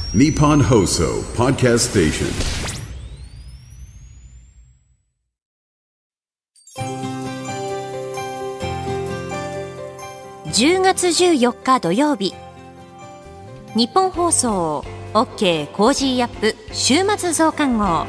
Nippon Hoso Podcast Station。 10月14日土曜日、日本放送 OK コージーアップ週末増刊号。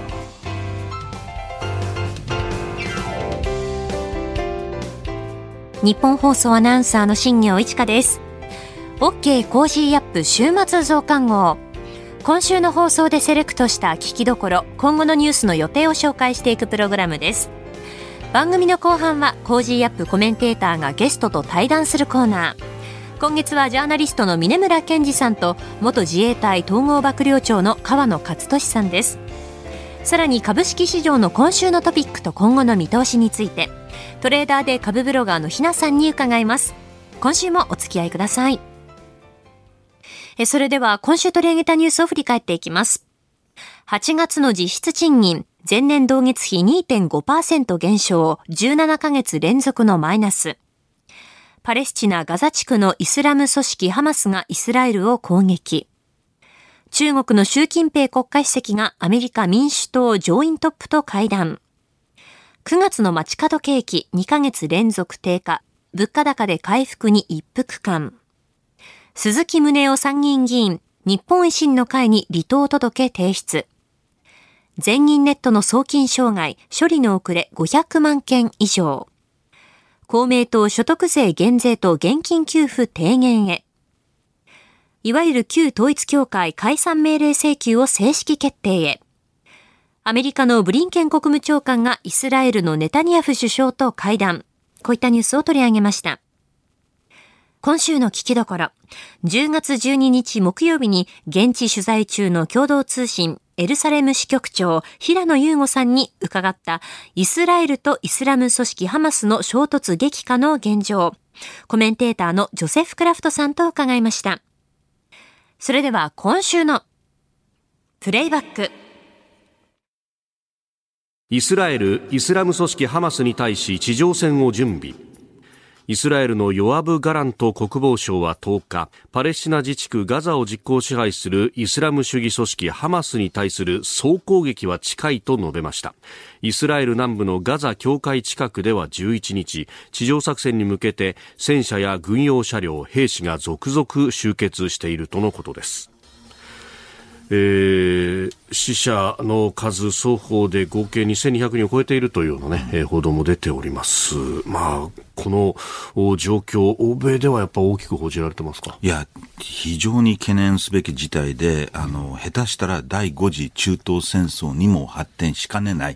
日本放送アナウンサーの新業一華です。 OK コージーアップ週末増刊号、今週の放送でセレクトした聞きどころ、今後のニュースの予定を紹介していくプログラムです。番組の後半はコージーアップコメンテーターがゲストと対談するコーナー。今月はジャーナリストの峯村健二さんと元自衛隊統合幕僚長の川野勝利さんです。さらに株式市場の今週のトピックと今後の見通しについて、トレーダーで株ブロガーのひなさんに伺います。今週もお付き合いください。それでは今週取り上げたニュースを振り返っていきます。8月の実質賃金、前年同月比 2.5% 減少、17ヶ月連続のマイナス。パレスチナ・ガザ地区のイスラム組織ハマスがイスラエルを攻撃。中国の習近平国家主席がアメリカ民主党上院トップと会談。9月の街角景気2ヶ月連続低下、物価高で回復に一服感。鈴木宗男参議院議員、日本維新の会に離党届提出。全銀ネットの送金障害、処理の遅れ500万件以上。公明党所得税減税と現金給付低減へ。いわゆる旧統一教会解散命令請求を正式決定へ。アメリカのブリンケン国務長官がイスラエルのネタニヤフ首相と会談。こういったニュースを取り上げました。今週の聞きどころ、10月12日木曜日に現地取材中の共同通信エルサレム支局長平野雄吾さんに伺ったイスラエルとイスラム組織ハマスの衝突激化の現状。コメンテーターのジョセフ・クラフトさんと伺いました。それでは今週のプレイバック。 イスラエル・イスラム組織ハマスに対し地上戦を準備。イスラエルのヨアブ・ガラント国防相は10日、パレスチナ自治区ガザを実効支配するイスラム主義組織ハマスに対する総攻撃は近いと述べました。イスラエル南部のガザ境界近くでは11日、地上作戦に向けて戦車や軍用車両、兵士が続々集結しているとのことです。死者の数双方で合計2200人を超えているというような、報道も出ております。この状況、欧米ではやっぱ大きく報じられてますか？ いや、非常に懸念すべき事態で、下手したら第5次中東戦争にも発展しかねない、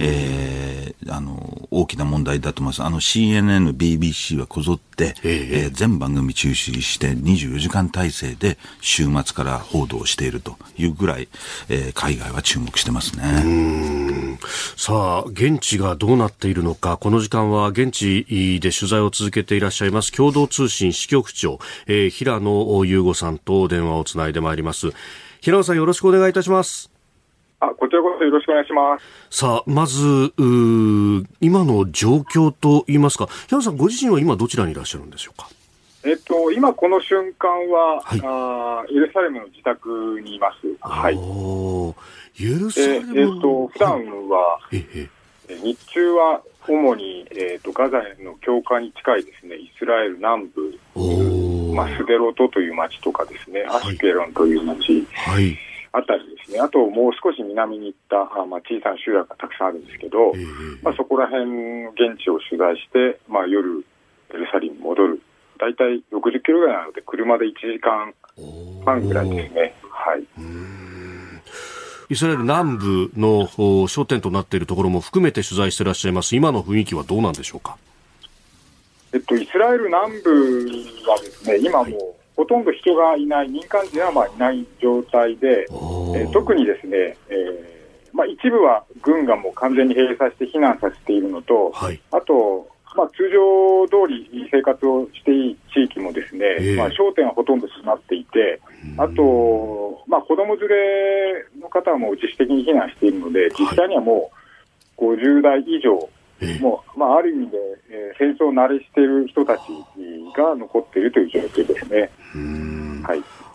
大きな問題だと思います。CNN、BBC はこぞって、全番組中止して24時間体制で週末から報道しているというぐらい、海外は注目してますね。 さあ、現地がどうなっているのか、この時間は現地で取材を続けていらっしゃいます共同通信支局長、平野雄吾さんと電話をつないでまいります。平野さん、よろしくお願いいたします。 こちらこそよろしくお願いします。 さあ、まず今の状況といいますか、平野さんご自身は今どちらにいらっしゃるんでしょうか？ 今この瞬間は、エルサレムの自宅にいます。はい。 エルサレム普段は、日中は主に、ガザの境界に近いですね、イスラエル南部、スデロトという町とかですね、アシュケロンという町、あたりですね、あともう少し南に行った小さな集落がたくさんあるんですけど、そこら辺現地を取材して、夜エルサレムに戻る。だいたい60キロぐらいなので車で1時間半ぐらいですね。はい。 イスラエル南部の焦点となっているところも含めて取材していらっしゃいます。今の雰囲気はどうなんでしょうか？ イスラエル南部はですね、今もうほとんど人がいない、民間人はいない状態で、特にですね、一部は軍がもう完全に閉鎖して避難させているのと、あと通常通り生活をしていい地域もですね、商店はほとんど閉まっていて、あと、子供連れの方はもう自主的に避難しているので、実際にはもう50代以上、もうある意味で、戦争慣れしている人たちが残っているという状況ですね。はい。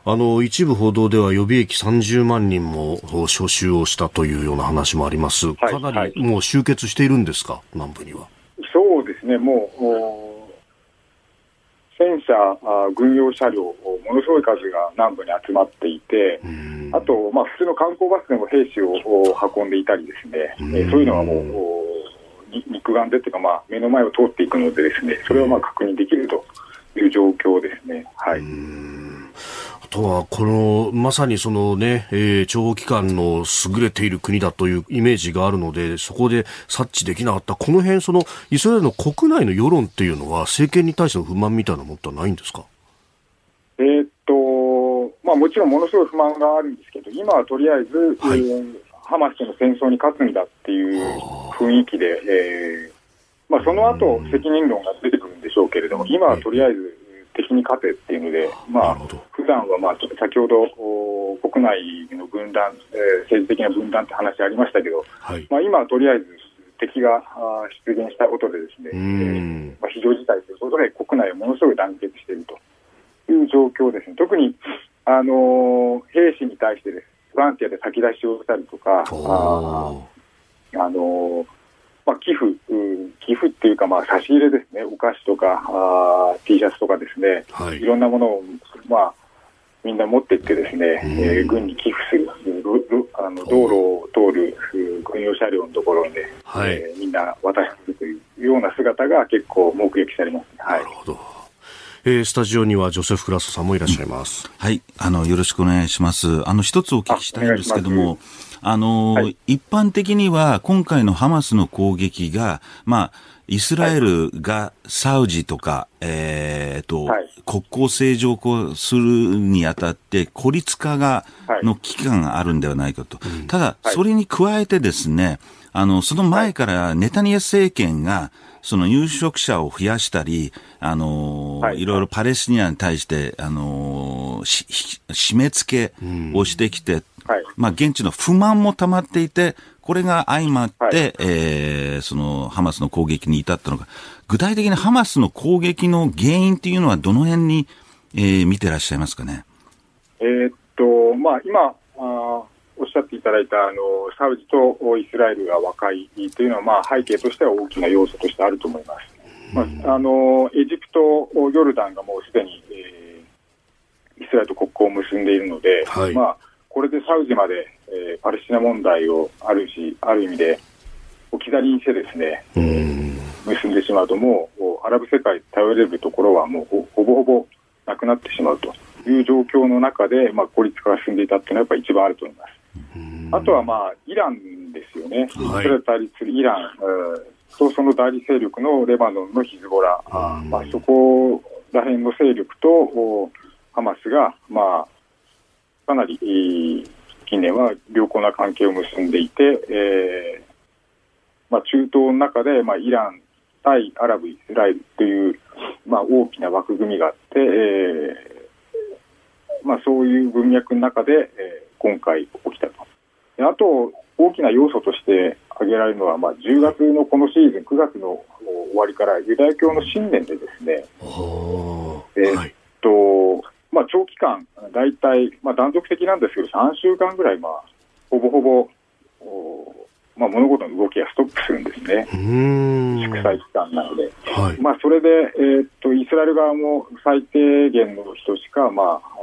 一部報道では予備役30万人も招集をしたというような話もあります。かなりもう集結しているんですか、南部には。 そうですね、もう戦車、軍用車両、ものすごい数が南部に集まっていて、あと、普通の観光バスでも兵士を運んでいたりですね、そういうのはもう肉眼でというか、目の前を通っていくのでですね、それは確認できるという状況ですね。はい。 あとはこのまさにそのね、諜報機関の優れている国だというイメージがあるので、そこで察知できなかったこの辺、そのイスラエルの国内の世論っていうのは政権に対しての不満みたいなものってないんですか？ もちろんものすごい不満があるんですけど、今はとりあえず、ハマスとの戦争に勝つんだっていう雰囲気で、その後責任論が出てくるんでしょうけれども、今はとりあえず敵に勝てっていうので、普段は先ほど国内の分断、政治的な分断って話ありましたけど、今はとりあえず敵が出現したことでですね、非常事態ということで国内はものすごい団結しているという状況ですね。特に兵士に対してです、ボランティアで先出しをしたりとか、寄付っていうか、差し入れですね、お菓子とかT シャツとかですね、いろんなものを、みんな持っていってですね、軍に寄付する、道路を通る軍用車両のところに、みんな渡しているというような姿が結構目撃されます、ね。なるほど。 スタジオにはジョセフ・クラスさんもいらっしゃいます。 はい、よろしくお願いします。一つお聞きしたいんですけども、一般的には今回のハマスの攻撃が、イスラエルがサウジとか、国交正常化するにあたって孤立化の危機感があるんではないかと。ただ、それに加えてですね、その前からネタニヤフ政権が、その入植者を増やしたり、いろいろパレスチナに対して、締め付けをしてきて、現地の不満も溜まっていて、これが相まって、そのハマスの攻撃に至ったのか。具体的にハマスの攻撃の原因っていうのはどの辺に、見てらっしゃいますかね。 今おっしゃっていただいたサウジとイスラエルが和解というのは、背景としては大きな要素としてあると思います。エジプト、ヨルダンがもうすでに、イスラエルと国交を結んでいるので、これでサウジまで、パレスチナ問題をある意味で置き去りにしてですね、結んでしまうと、もうアラブ世界頼れるところはもうほぼほぼなくなってしまうという状況の中で、孤立化が進んでいたというのはやっぱり一番あると思います。あとはイランですよね。イスラエル対立するイランとその代理勢力のレバノンのヒズボラ、そこら辺の勢力とハマスが、かなり近年は良好な関係を結んでいて、中東の中で、イラン対アラブ、イスラエルという、大きな枠組みがあって、そういう文脈の中で、今回起きたと。あと大きな要素として挙げられるのは、10月のこのシーズン、9月の終わりからユダヤ教の新年でですね、長期間、大体、断続的なんですけど、3週間ぐらい、ほぼほぼ、物事の動きがストップするんですね。祝祭期間なので。それで、イスラエル側も最低限の人しか、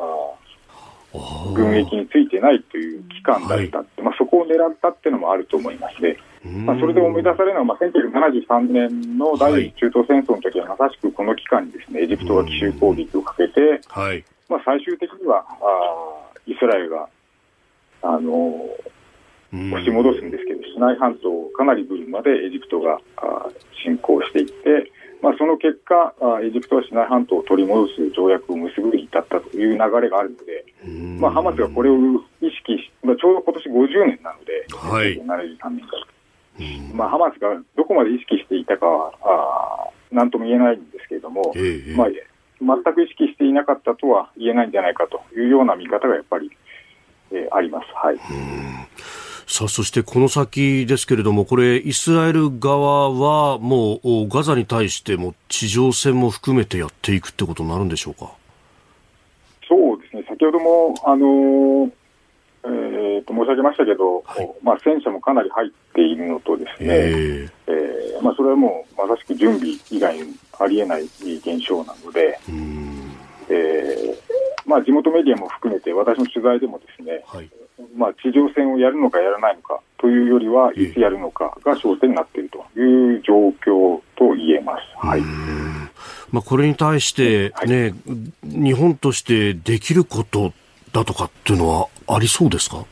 軍役についてないという期間だったって、そこを狙ったっていうのもあると思いますね。それで思い出されるのは、1973年の第一次中東戦争の時はまさしくこの期間にですね、エジプトが奇襲攻撃をかけて、最終的にはイスラエルが押し戻すんですけど、シナイ半島かなり部分までエジプトが侵攻していって、その結果、エジプトはシナイ半島を取り戻す条約を結ぶに至ったという流れがあるので、ハマスがこれを意識し、ちょうど今年50年なので、73年から。ハマスがどこまで意識していたかは何とも言えないんですけれども、全く意識していなかったとは言えないんじゃないかというような見方がやっぱり、あります。 さあ、そしてこの先ですけれども、これイスラエル側はもうガザに対しても地上戦も含めてやっていくってことになるんでしょうか。 そうですね、先ほほども、申し上げましたけど、戦車もかなり入っているのとですね、それはもうまさしく準備以外にありえない現象なので、地元メディアも含めて私の取材でもですね、地上戦をやるのかやらないのかというよりはいつやるのかが焦点になっているという状況と言えます。 これに対してね、日本としてできることだとかっていうのはありそうですか？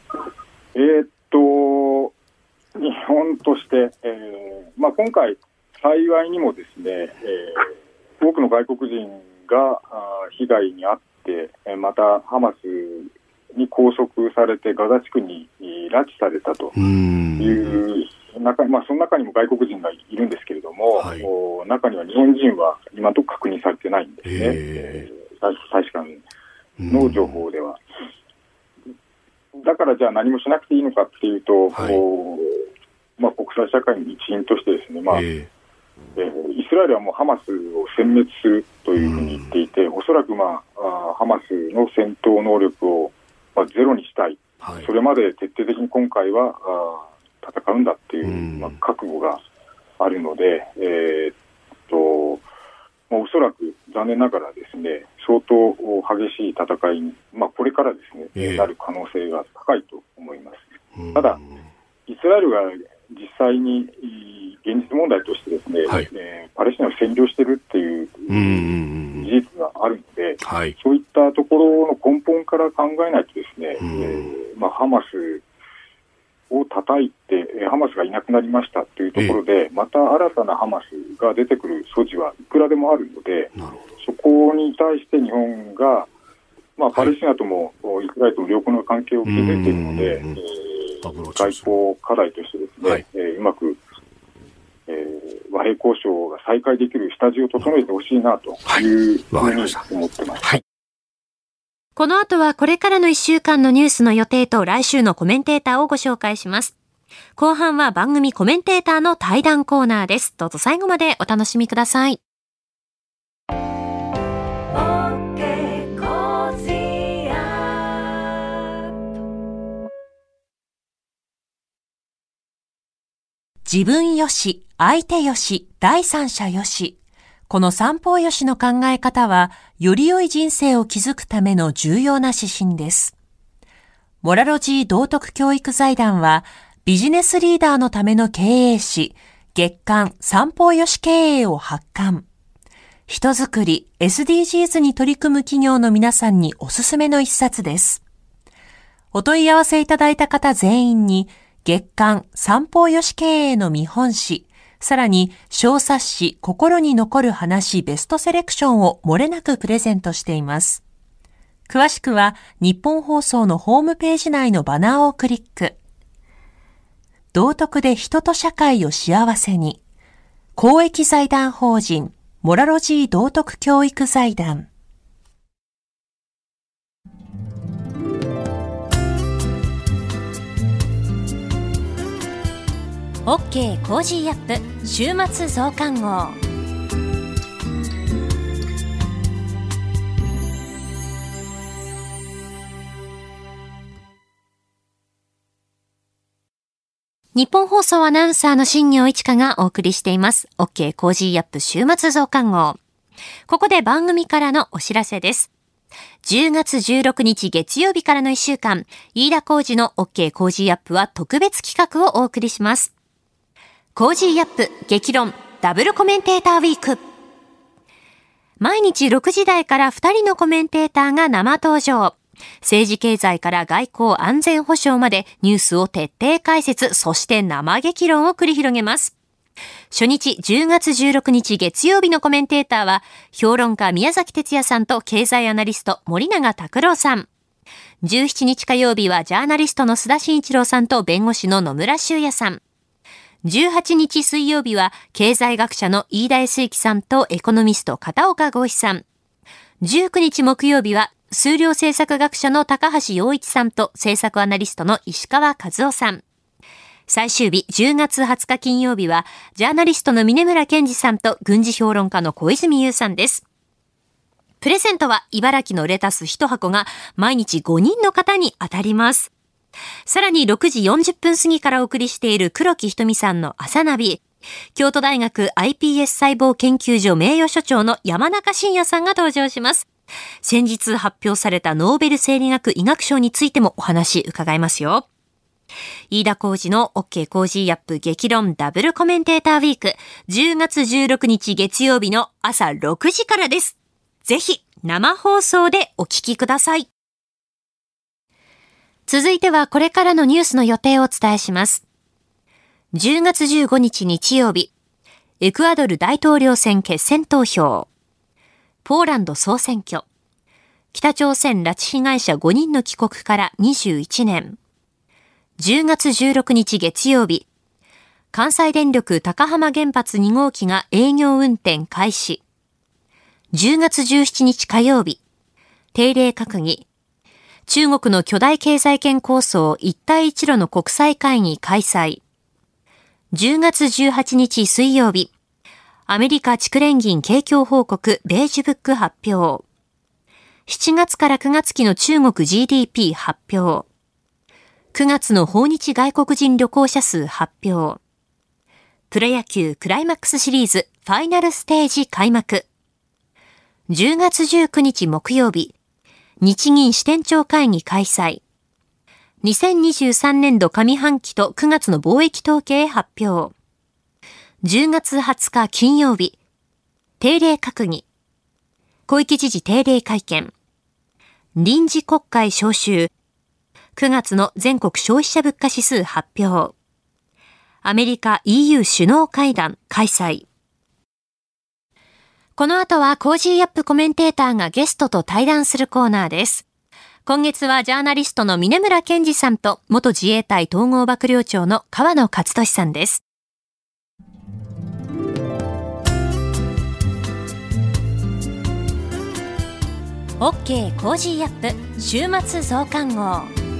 日本として、今回幸いにもですね、多くの外国人が被害に遭って、またハマスに拘束されてガザ地区に拉致されたという中、その中にも外国人がいるんですけれども、中には日本人は今のところ確認されてないんですね、大使館の情報では。だからじゃあ何もしなくていいのかっていうと、国際社会の一員としてですね、イスラエルはもうハマスを殲滅するというふうに言っていて、おそらくハマスの戦闘能力をゼロにしたい、それまで徹底的に今回は戦うんだっていう、覚悟があるので、おそらく残念ながらですね、相当激しい戦いに、これからですね、なる可能性が高いと思います。ただ、イスラエルが実際に現実問題としてですね、パレスチナを占領しているっていう事実があるので、そういったところの根本から考えないとですね、ハマスを叩いてハマスがいなくなりましたというところで、また新たなハマスが出てくる素地はいくらでもあるので、そこに対して日本が、パレスチナともイスラエルとも良好な関係を築いているので、外交課題としてですね、うまく、和平交渉が再開できる下地を整えてほしいなというふうに思ってます。 この後はこれからの1週間のニュースの予定と来週のコメンテーターをご紹介します。後半は番組コメンテーターの対談コーナーです。どうぞ最後までお楽しみください。自分よし、相手よし、第三者よし。この三方よしの考え方は、より良い人生を築くための重要な指針です。モラロジー道徳教育財団は、ビジネスリーダーのための経営誌、月刊三方よし経営を発刊。人づくり、SDGs に取り組む企業の皆さんにおすすめの一冊です。お問い合わせいただいた方全員に、月刊三方よし経営の見本誌、さらに小冊子心に残る話ベストセレクションを漏れなくプレゼントしています。詳しくは日本放送のホームページ内のバナーをクリック。道徳で人と社会を幸せに。公益財団法人モラロジー道徳教育財団。OK コージーアップ週末増刊号。日本放送アナウンサーの新業一華がお送りしています。OK コージーアップ週末増刊号。ここで番組からのお知らせです。10月16日月曜日からの1週間、飯田浩司の OK コージーアップは特別企画をお送りします。コージーアップ激論ダブルコメンテーターウィーク。毎日6時台から2人のコメンテーターが生登場。政治経済から外交安全保障までニュースを徹底解説、そして生激論を繰り広げます。初日10月16日月曜日のコメンテーターは、評論家宮崎哲也さんと経済アナリスト森永卓郎さん。17日火曜日はジャーナリストの須田慎一郎さんと弁護士の野村修也さん。18日水曜日は経済学者の飯田康之さんとエコノミスト片岡剛志さん。19日木曜日は数量政策学者の高橋洋一さんと政策アナリストの石川和夫さん。最終日10月20日金曜日はジャーナリストの峯村健二さんと軍事評論家の小泉悠さんです。 プレゼントは茨城のレタス1箱が毎日5人の方に当たります。さらに6時40分過ぎからお送りしている黒木ひとみさんの朝ナビ。京都大学 iPS 細胞研究所名誉所長の山中伸也さんが登場します。先日発表されたノーベル生理学医学賞についてもお話伺いますよ。飯田浩司の OK コージーアップ激論ダブルコメンテーターウィーク、10月16日月曜日の朝6時からです。ぜひ生放送でお聞きください。続いてはこれからのニュースの予定をお伝えします。10月15日日曜日、エクアドル大統領選決選投票、ポーランド総選挙、北朝鮮拉致被害者5人の帰国から21年、10月16日月曜日、関西電力高浜原発2号機が営業運転開始、10月17日火曜日、定例閣議、中国の巨大経済圏構想一帯一路の国際会議開催、10月18日水曜日、アメリカ地区連銀景況報告ベージュブック発表、7月から9月期の中国 GDP 発表、9月の訪日外国人旅行者数発表、プロ野球クライマックスシリーズファイナルステージ開幕、10月19日木曜日、日銀支店長会議開催、2023年度上半期と9月の貿易統計発表、10月20日金曜日、定例閣議、小池知事定例会見、臨時国会召集、9月の全国消費者物価指数発表、アメリカ EU 首脳会談開催。この後はコージーアップコメンテーターがゲストと対談するコーナーです。今月はジャーナリストの峯村健二さんと元自衛隊統合幕僚長の河野克俊さんです。OK コージーアップ週末増刊号。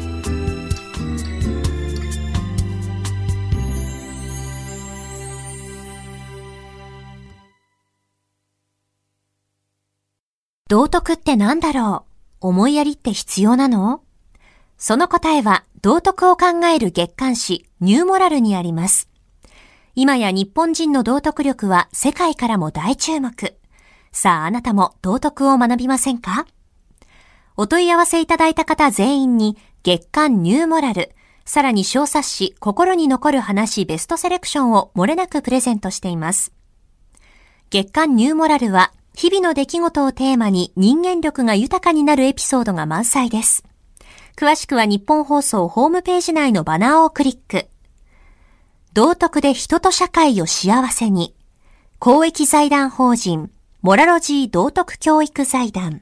道徳って何だろう？思いやりって必要なの？その答えは道徳を考える月刊誌ニューモラルにあります。今や日本人の道徳力は世界からも大注目。さああなたも道徳を学びませんか？お問い合わせいただいた方全員に月刊ニューモラル、さらに小冊子心に残る話ベストセレクションを漏れなくプレゼントしています。月刊ニューモラルは日々の出来事をテーマに人間力が豊かになるエピソードが満載です。詳しくは日本放送ホームページ内のバナーをクリック。道徳で人と社会を幸せに。公益財団法人モラロジー道徳教育財団。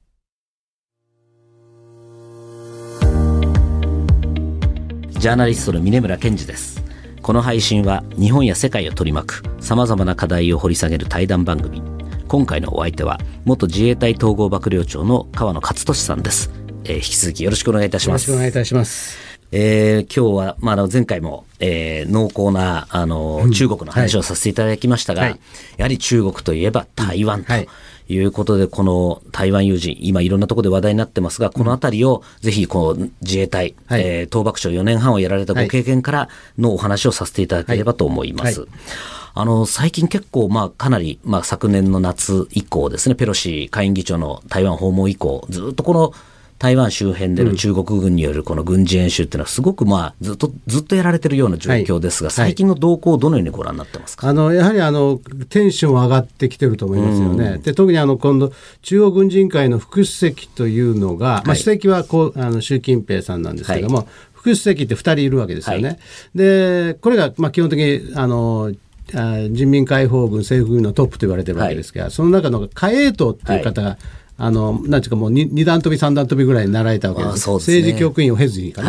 ジャーナリストの峯村健二です。この配信は日本や世界を取り巻く様々な課題を掘り下げる対談番組。今回のお相手は元自衛隊統合幕僚長の河野克俊さんです。引き続きよろしくお願いいたします。 よろしくお願いいたします。 今日は、前回も、濃厚な中国の話をさせていただきましたが、やはり中国といえば台湾ということで、この台湾有事今いろんなところで話題になってますが、このあたりをぜひこう自衛隊、統幕長4年半をやられたご経験からのお話をさせていただければと思います。最近結構かなり昨年の夏以降ですね、ペロシ下院議長の台湾訪問以降ずっとこの台湾周辺での中国軍によるこの軍事演習っていうのはすごくずっとやられているような状況ですが、最近の動向をどのようにご覧になってますか？ やはりテンション上がってきてると思いますよね。で特に今度中央軍事委員会の副主席というのが、主席は習近平さんなんですけども、副主席って2人いるわけですよね。でこれが基本的に人民解放軍政府軍のトップと言われてるわけですが、その中の夏英東っていう方が、なんていうかもう2段飛び3段飛びぐらいになられたわけです。政治局員を経ずにかな。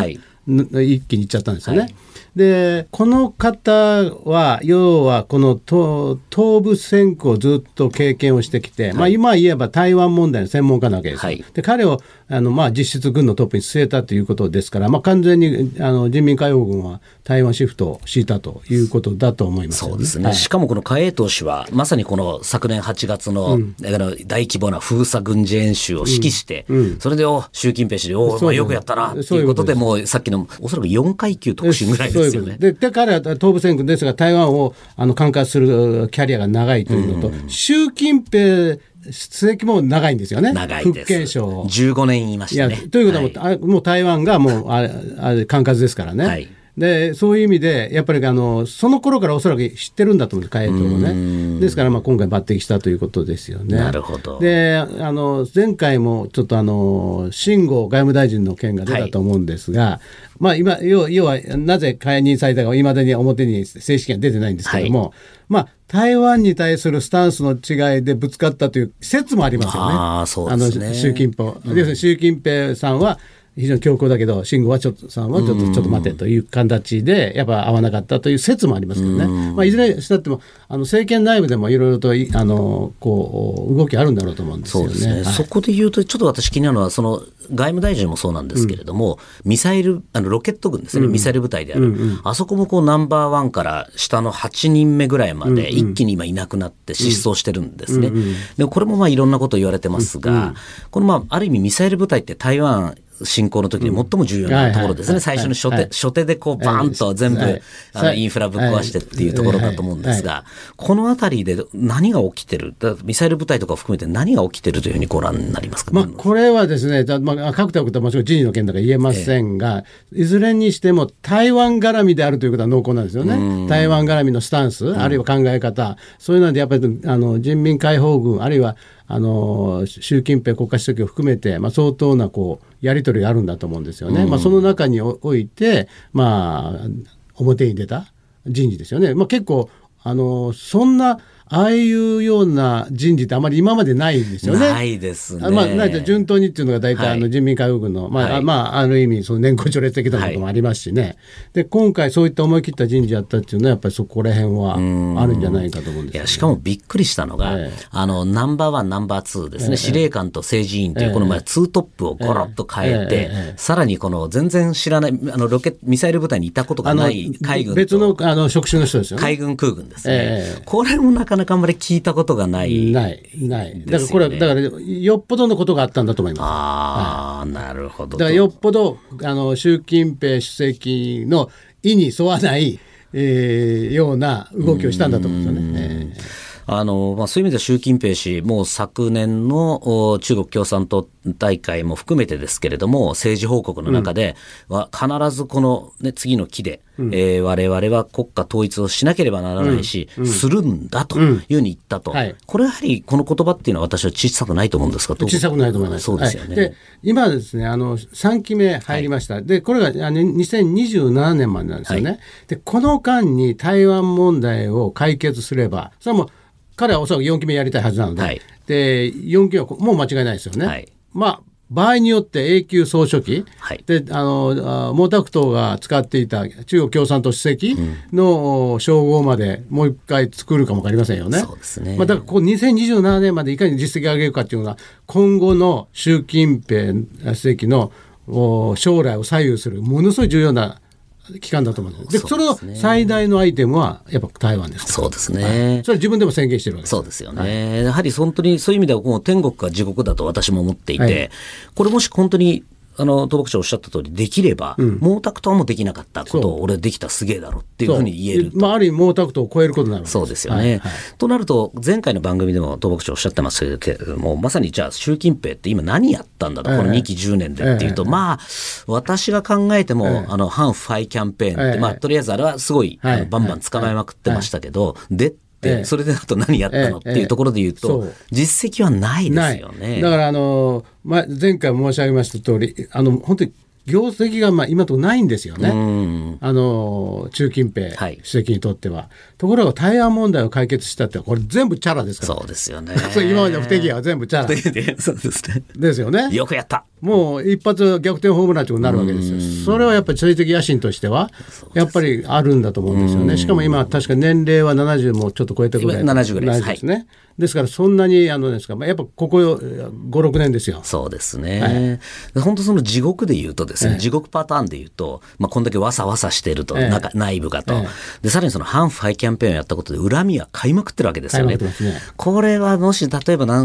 一気に行っちゃったんですよね。でこの方は要はこの東部戦区をずっと経験をしてきて、今言えば台湾問題の専門家なわけです。で彼を実質軍のトップに据えたということですから、完全に人民解放軍は台湾シフトを敷いたということだと思いますよね。 そうですね、しかもこの何衛東氏はまさにこの昨年8月の、大規模な封鎖軍事演習を指揮して、それで習近平氏でよくやったなということで、もうさっきのおそらく4階級特進ぐらいですよね。 で彼は東部戦区ですが台湾を管轄するキャリアが長いというのと、習近平主席も長いんですよね。 長いです。福建省 15年言いましたね。 ということはもう台湾がもう管轄ですからね。でそういう意味でやっぱりその頃からおそらく知ってるんだと思うんです、海江島をね。ですから今回抜擢したということですよね。 なるほど。 で前回もちょっと秦剛外務大臣の件が出たと思うんですが、今要はなぜ解任されたかいまだに表に正式には出てないんですけども、台湾に対するスタンスの違いでぶつかったという説もありますよね。 そうですね。 習近平、要するに習近平さんは非常に強硬だけど秦剛はちょっと待てという形でやっぱ合わなかったという説もありますけどね。いずれにしたっても政権内部でもいろいろと動きあるんだろうと思うんですよね。 そうですね。そこで言うとちょっと私気になるのはその外務大臣もそうなんですけれども、ミサイルロケット軍ですね、ミサイル部隊である、あそこもナンバーワンから下の8人目ぐらいまで一気に今いなくなって失踪してるんですね。でこれもいろんなこと言われてますが、このある意味ミサイル部隊って台湾侵攻の時に最も重要なところですね。最初の初手でバーンと全部インフラぶっ壊してっていうところだと思うんですが、このあたりで何が起きてる、ミサイル部隊とかを含めて何が起きてるというふうにご覧になりますか。 これはですね、確定はもちろん人事の件だから言えませんが、いずれにしても台湾絡みであるということは濃厚なんですよね。台湾絡みのスタンス、あるいは考え方、そういうのでやっぱり人民解放軍あるいは習近平国家主席を含めて、相当なやり取りがあるんだと思うんですよね。その中において、表に出た人事ですよね。結構そんなああいうような人事ってあまり今までないんですよね。 ないですね。 ないと順当にっていうのが大体人民解放軍の、ある意味その年功序列的なこともありますしね。で今回そういった思い切った人事やったっていうのはやっぱりそこら辺はあるんじゃないかと思うんですよね。 しかもびっくりしたのが、ナンバーワンナンバーツーですね、司令官と政治委員というこのツートップをゴロッと変えて、さらにこの全然知らないミサイル部隊にいたことがない海軍と別の職種の人ですよね。 海軍空軍ですね。これもなかなかあんまり聞いたことがない。 だからこれだからよっぽどのことがあったんだと思います。 なるほど。 だからよっぽど習近平主席の意に沿わない、ような動きをしたんだと思うんですよね。 そういう意味では習近平氏もう昨年の中国共産党大会も含めてですけれども政治報告の中では必ずこの、次の期で、我々は国家統一をしなければならないし、するんだというふうに言ったと、これやはりこの言葉っていうのは私は小さくないと思うんですか。 小さくないと思います。 そうですよね。 で今ですね3期目入りました。でこれが2027年までなんですよね。でこの間に台湾問題を解決すればそれはもう彼はおそらく4期目やりたいはずなので、で4期目はもう間違いないですよね。場合によって永久総書記、で毛沢東が使っていた中国共産党主席の称号までもう一回作るかも分かりませんよね。 そうですね。 だからここ2027年までいかに実績を上げるかっていうのが今後の習近平主席の将来を左右するものすごい重要な期間だと思うんです。でそれの最大のアイテムはやっぱ台湾ですから。 そうですね。 それは自分でも宣言してるわけです。 そうですよね。やはり本当にそういう意味ではもう天国か地獄だと私も思っていて、これもし本当に東北長おっしゃった通りできれば、毛沢東もできなかったことを俺できたすげえだろっていうふうに言えると。 ある意味毛沢東を超えることになる。 そうですよね。となると前回の番組でも東北長おっしゃってますけれども、まさにじゃあ習近平って今何やったんだと、この2期10年でっていうと、私が考えても反腐敗キャンペーンって、とりあえずあれはすごいバンバン捕まえまくってましたけど、それであと何やったのっていうところで言うと、実績はないですよね。 だから前回申し上げました通り本当に業績が今のところないんですよね。習近平主席にとっては。ところが台湾問題を解決したってこれ全部チャラですから。 そうですよね。 今までの不手際は全部チャラ。 そうですね。 ですよね。 よくやったもう一発逆転ホームランということになるわけですよ。それはやっぱり政治的野心としてはやっぱりあるんだと思うんですよね。しかも今確か年齢は70もちょっと超えたぐらい 70ぐらいですね、はい、ですからそんなにですか、やっぱここ5、6年ですよ。 そうですね、はい、本当その地獄で言うとですね、地獄パターンで言うと、こんだけわさわさしていると、内部がと、でさらにその反腐敗キャンペーンをやったことで恨みは買いまくってるわけですよね。これはもし例えば例えば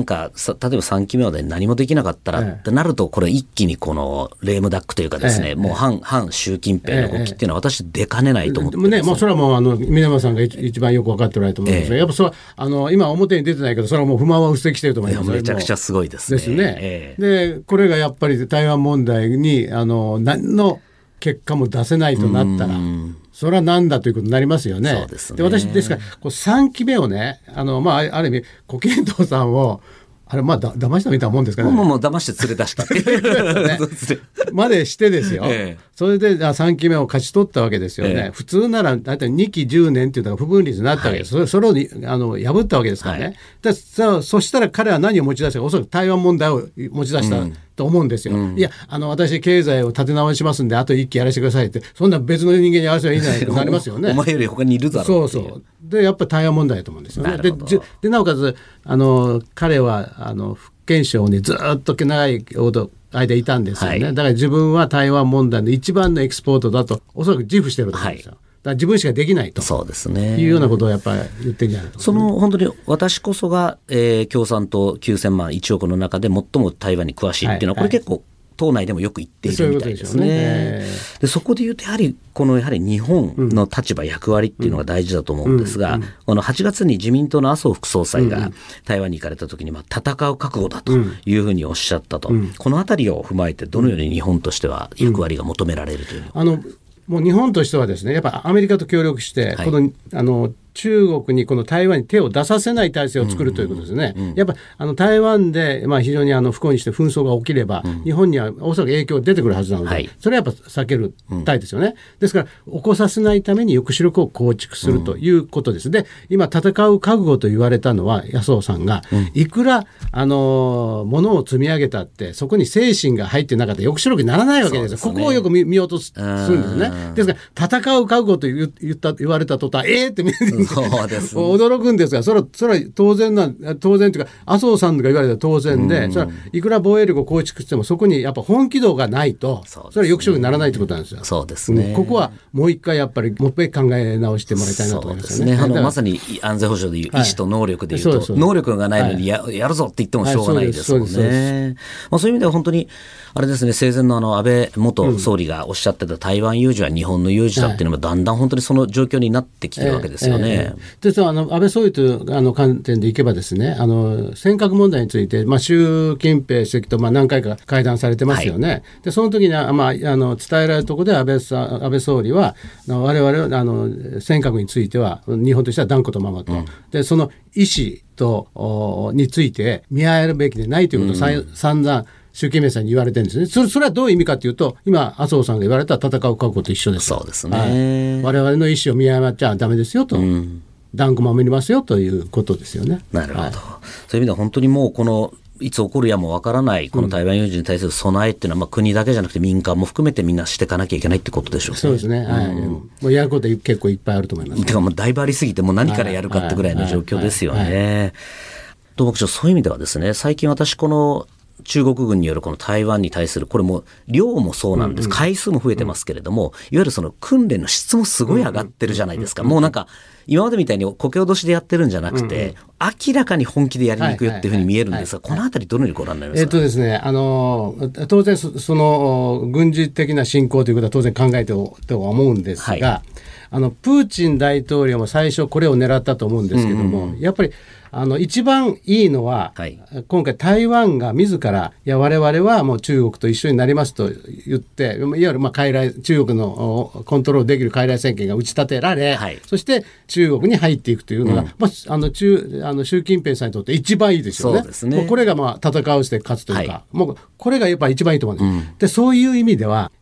3期目まで何もできなかったらってなると、これ一気にこのレームダックというかですね、もう反習近平の動きっていうのは私出かねないと思ってるんですよ。 もうそれはもう峰山さんが一番よく分かっておられると思うんですが、やっぱそれは今表に出てないけど、それはもう不満は薄れきてると思います。 めちゃくちゃすごいですね。 ですね。でこれがやっぱり台湾問題に何の結果も出せないとなったら、それはなんだということになりますよね。 そうですね。 で私ですから3期目をね、ある意味胡錦涛さんを騙したみたいなもんですからね。 もう騙して連れ出してまでしてですよ、それで3期目を勝ち取ったわけですよね。普通ならだいたい2期10年っていうのが不分率になったわけです、それを破ったわけですからね、そしたら彼は何を持ち出したか、おそらく台湾問題を持ち出したと思うんですよ、いや私経済を立て直しますんであと1期やらせてくださいって、そんな別の人間にやらせばいいんじゃないかとなりますよね。 お前より他にいるだろう。 そうそうでやっぱり台湾問題だと思うんですよね。でなおかつ彼は福建省にずっと長い間いたんですよね、だから自分は台湾問題の一番のエキスポートだとおそらく自負してると思うんですよ、だから自分しかできないとそうですね、 いうようなことをやっぱり言ってるんじゃないかと。 本当に私こそが、共産党9000万1億の中で最も台湾に詳しいっていうのは、これ結構党内でもよく言っているみたいですね。そこで言うとやはり日本の立場、役割っていうのが大事だと思うんですが、この8月に自民党の麻生副総裁が台湾に行かれた時に戦う覚悟だというふうにおっしゃったと、このあたりを踏まえてどのように日本としては役割が求められるという、 もう日本としてはですね、やっぱアメリカと協力して、この中国にこの台湾に手を出させない体制を作るということですね。やっぱ台湾で非常に不幸にして紛争が起きれば、日本にはおそらく影響が出てくるはずなので、それはやっぱ避けるたいですよね。ですから起こさせないために抑止力を構築するということです。で今戦う覚悟と言われたのは麻生さんがいくら物を積み上げたってそこに精神が入ってなかったら抑止力にならないわけですよ。ここをよく見落とすんですね。ですから戦う覚悟と言われた途端ってそうですね、 驚くんですが、それは当然というか麻生さんが言われたら当然で、それはいくら防衛力を構築してもそこにやっぱ本気度がないと、それは抑止力にならないということなんですよ。 そうですね、 ここはもう一回やっぱりもう一回考え直してもらいたいなと思いますよね。 まさに安全保障でいう意思と能力でいうと、能力がないのに やるぞって言ってもしょうがないですもんね。そういう意味では本当にあれですね、生前の安倍元総理がおっしゃってた台湾有事は日本の有事だっていうのもだんだん本当にその状況になってきてるわけですよね。 実は安倍総理という観点でいけばですね、尖閣問題について、習近平主席と何回か会談されてますよね。でその時には、伝えられるところで安倍総理は我々は尖閣については日本としては断固と守ると、でその意思について見合えるべきでないということを散々習近平さんに言われてるんですね。それはどういう意味かというと、今麻生さんが言われた戦う覚悟と一緒です。 そうですね、 我々の意思を見誤っちゃダメですよと、断固守りますよということですよね。 なるほど、そういう意味では本当にもういつ起こるやもわからないこの台湾有事に対する備えっていうのは、国だけじゃなくて民間も含めてみんなしていかなきゃいけないってことでしょうね。 そうですね、もうやることは結構いっぱいあると思います、 てかだいぶありすぎてもう何からやるかってぐらいの状況ですよね。僕そういう意味ではですね、最近私この中国軍によるこの台湾に対するこれも量もそうなんです、回数も増えてますけれども、いわゆるその訓練の質もすごい上がってるじゃないですか。もうなんか今までみたいにこけ脅しでやってるんじゃなくて、明らかに本気でやりに行くよっていうふうに見えるんですが、このあたりどのようにご覧になりますか。 ですね、当然その軍事的な侵攻ということは当然考えてとは思うんですが、プーチン大統領も最初これを狙ったと思うんですけども、やっぱり一番いいのは、今回台湾が自ら我々はもう中国と一緒になりますと言って、いわゆる中国のコントロールできる傀儡政権が打ち立てられ、そして中国に入っていくというのが、習近平さんにとって一番いいですよね。 そうですね、 もうこれが戦うして勝つというか、もうこれがやっぱり一番いいと思うんです、でそういう意味では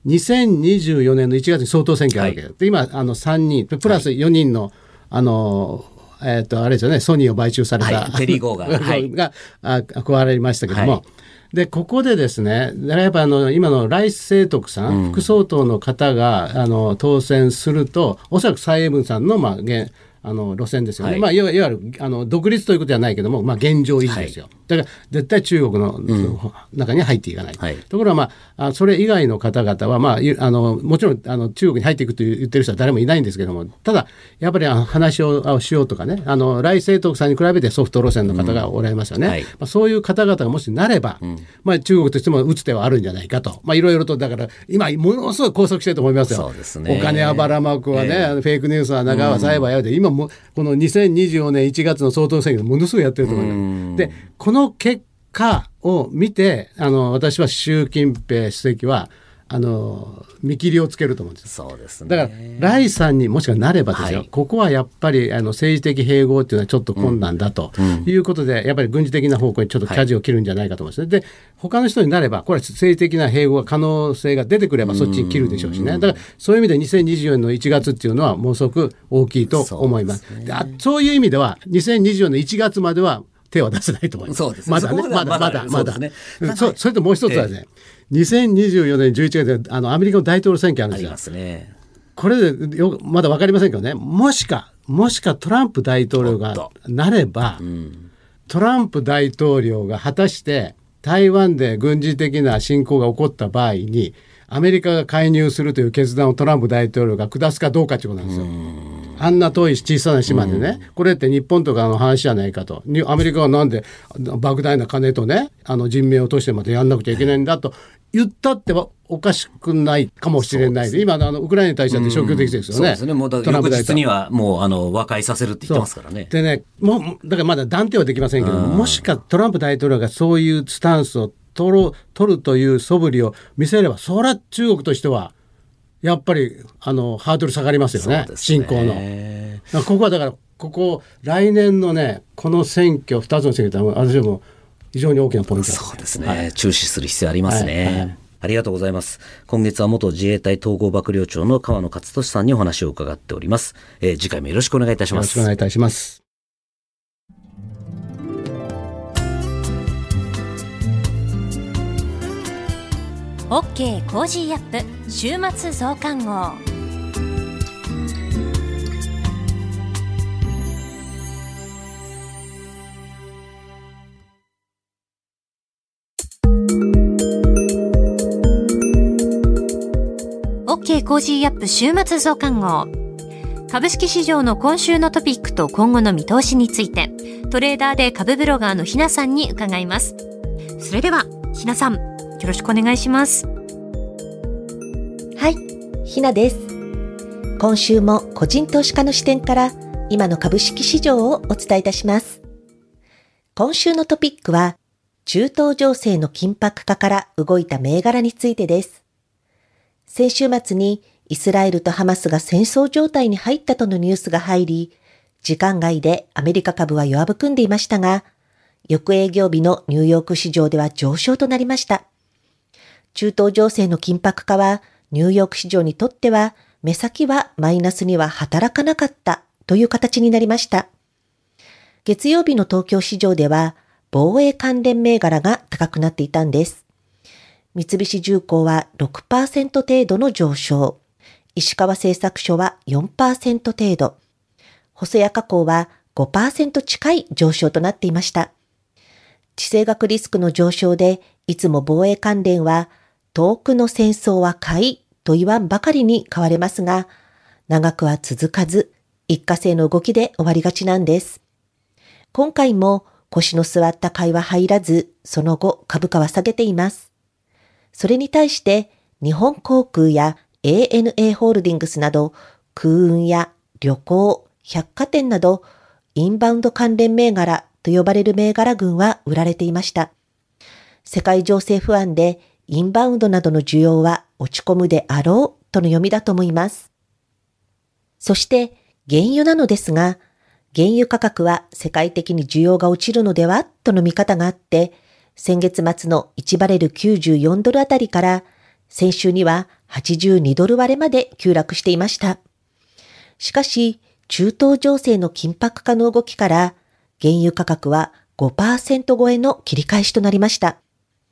2024年の1月に総統選挙があるわけで、今3人プラス4人のあれですよね、ソニーを買収された、 ペリー号が、 が加わりましたけども、 でここでですね、やっぱ今のライス清徳さん、副総統の方が当選すると、おそらく蔡英文さんの、路線ですよね、いわゆる独立ということではないけども、現状維持ですよ、だから絶対中国の中に入っていかない、ところが、それ以外の方々は、もちろん中国に入っていくと言ってる人は誰もいないんですけども、ただやっぱり話をしようとかね、ライ・セイトクさんに比べてソフト路線の方がおられますよね、そういう方々がもしなれば、中国としても打つ手はあるんじゃないかと、いろいろとだから今ものすごい拘束してると思いますよ。 そうですね、 お金はばらまくわね、フェイクニュースは長は裁判やで、今もこの2024年1月の総統選挙でものすごいやってると思います。でこの結果を見て私は習近平主席は見切りをつけると思うんです。 そうですね、 だからライさんにもしかなればですよ、ここはやっぱり政治的併合というのはちょっと困難だということで、やっぱり軍事的な方向にちょっと舵を切るんじゃないかと思うんですね。で他の人になればこれは政治的な併合が可能性が出てくればそっちに切るでしょうしね。だからそういう意味で2024年の1月っていうのはものすごく大きいと思います。そういう意味では2024年の1月までは手は出せないと思います。 そうですね、 まだね、まだ、 ね、 それともう一つはね、2024年11月でアメリカの大統領選挙あるんですよ。 ありますね。 これでまだ分かりませんけどね、もしかトランプ大統領がなれば、トランプ大統領が果たして台湾で軍事的な侵攻が起こった場合にアメリカが介入するという決断をトランプ大統領が下すかどうかということなんですよ。あんな遠い小さな島でね、これって日本とかの話じゃないかと、アメリカはなんで莫大な金とね人命を落としてまでやんなくちゃいけないんだと言ったってはおかしくないかもしれないで、今ウクライナに対して消極的ですよね。 そうですね、もう翌日にはもう和解させるって言ってますからね。 でね、もうだからまだ断定はできませんけども、もしかトランプ大統領がそういうスタンスを取るという素振りを見せれば、それは中国としてはやっぱりハードル下がりますよね、侵攻の。ここはだから来年のねこの選挙2つの選挙って私はもう非常に大きなポイントです。 そうですね、注視する必要ありますね。ありがとうございます。今月は元自衛隊統合幕僚長の河野克俊さんにお話を伺っております。次回もよろしくお願いいたします。 よろしくお願いいたします。 OK コージーアップ週末増刊号。OK コージーアップ週末増刊号。株式市場の今週のトピックと今後の見通しについて、トレーダーで株ブロガーのひなさんに伺います。それではひなさん、よろしくお願いします。 はい、ひなです。今週も個人投資家の視点から今の株式市場をお伝えいたします。今週のトピックは中東情勢の緊迫化から動いた銘柄についてです。先週末にイスラエルとハマスが戦争状態に入ったとのニュースが入り、時間外でアメリカ株は弱含んでいましたが、翌営業日のニューヨーク市場では上昇となりました。中東情勢の緊迫化はニューヨーク市場にとっては目先はマイナスには働かなかったという形になりました。月曜日の東京市場では防衛関連銘柄が高くなっていたんです。三菱重工は 6% 程度の上昇、石川製作所は 4% 程度、細谷化工は 5% 近い上昇となっていました。地政学リスクの上昇で、いつも防衛関連は遠くの戦争は買いと言わんばかりに買われますが、長くは続かず、一過性の動きで終わりがちなんです。今回も腰の座った買いは入らず、その後株価は下げています。それに対して日本航空や ANA ホールディングスなど空運や旅行、百貨店などインバウンド関連銘柄と呼ばれる銘柄群は売られていました。世界情勢不安でインバウンドなどの需要は落ち込むであろうとの読みだと思います。そして原油なのですが、原油価格は世界的に需要が落ちるのではとの見方があって、先月末の1バレル94ドルあたりから先週には82ドル割れまで急落していました。しかし、中東情勢の緊迫化の動きから原油価格は 5% 超えの切り返しとなりました。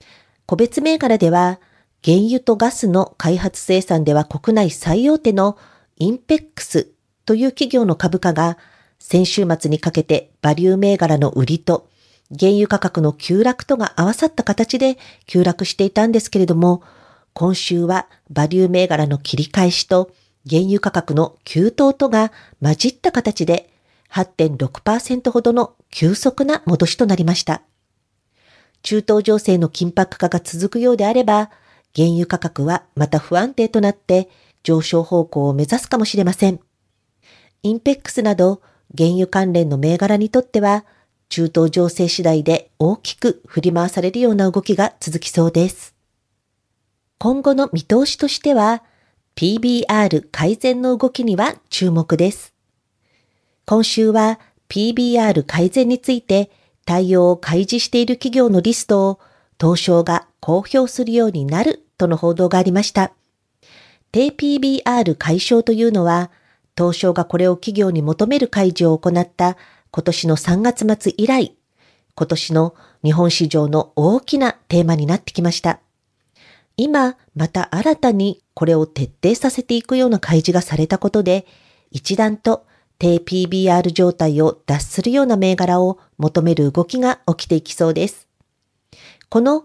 個別銘柄では、原油とガスの開発生産では国内最大手のインペックスという企業の株価が先週末にかけてバリュー銘柄の売りと原油価格の急落とが合わさった形で急落していたんですけれども、今週はバリュー銘柄の切り返しと原油価格の急騰とが混じった形で 8.6% ほどの急速な戻しとなりました。中東情勢の緊迫化が続くようであれば、原油価格はまた不安定となって上昇方向を目指すかもしれません。インペックスなど原油関連の銘柄にとっては、中東情勢次第で大きく振り回されるような動きが続きそうです。今後の見通しとしては、PBR 改善の動きには注目です。今週は PBR 改善について対応を開示している企業のリストを東証が公表するようになるとの報道がありました。低 PBR 解消というのは、東証がこれを企業に求める開示を行った今年の3月末以来、今年の日本市場の大きなテーマになってきました。今、また新たにこれを徹底させていくような開示がされたことで、一段と低 PBR 状態を脱するような銘柄を求める動きが起きていきそうです。この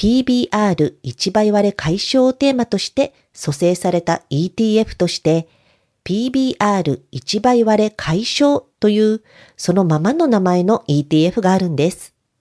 PBR1 倍割れ解消をテーマとして組成された ETF として、PBR1 倍割れ解消というそのままの名前の ETF があるんです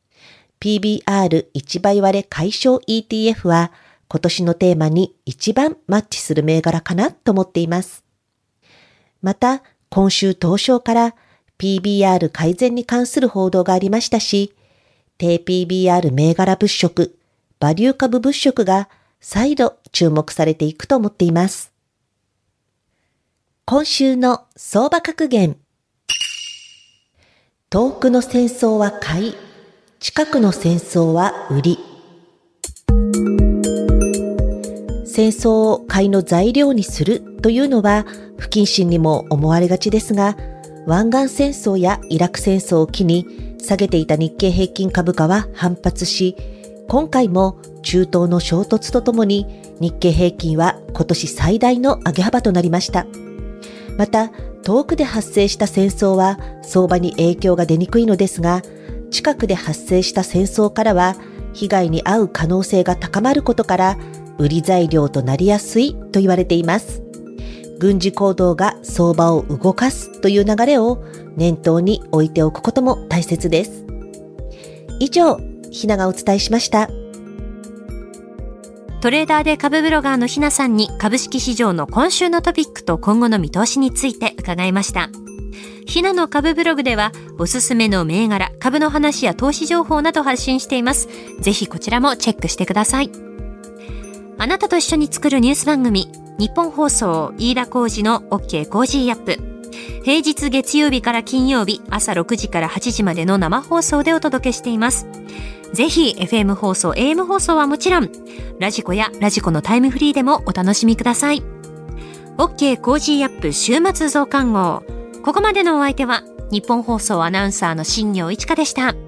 。PBR1 倍割れ解消 ETF は今年のテーマに一番マッチする銘柄かなと思っています。また、今週東証から PBR 改善に関する報道がありましたし、低 PBR 銘柄物色、バリュー株物色が再度注目されていくと思っています。今週の相場格言。遠くの戦争は買い、近くの戦争は売り。戦争を買いの材料にするというのは不謹慎にも思われがちですが、湾岸戦争やイラク戦争を機に下げていた日経平均株価は反発し、今回も中東の衝突とともに日経平均は今年最大の上げ幅となりました。また、遠くで発生した戦争は相場に影響が出にくいのですが、近くで発生した戦争からは被害に遭う可能性が高まることから、売り材料となりやすいと言われています。軍事行動が相場を動かすという流れを念頭に置いておくことも大切です。以上、ひながお伝えしました。 トレーダーで株ブロガーのひなさんに株式市場の今週のトピックと今後の見通しについて伺いました。ひなの株ブログではおすすめの銘柄、株の話や投資情報など発信しています。ぜひこちらもチェックしてください。あなたと一緒に作るニュース番組、日本放送飯田浩司の OK コージーアップ。平日月曜日から金曜日朝6時から8時までの生放送でお届けしています。ぜひ FM 放送、AM 放送はもちろん、ラジコやラジコのタイムフリーでもお楽しみください。OK コージーアップ週末増刊号。ここまでのお相手は日本放送アナウンサーの新業一華でした。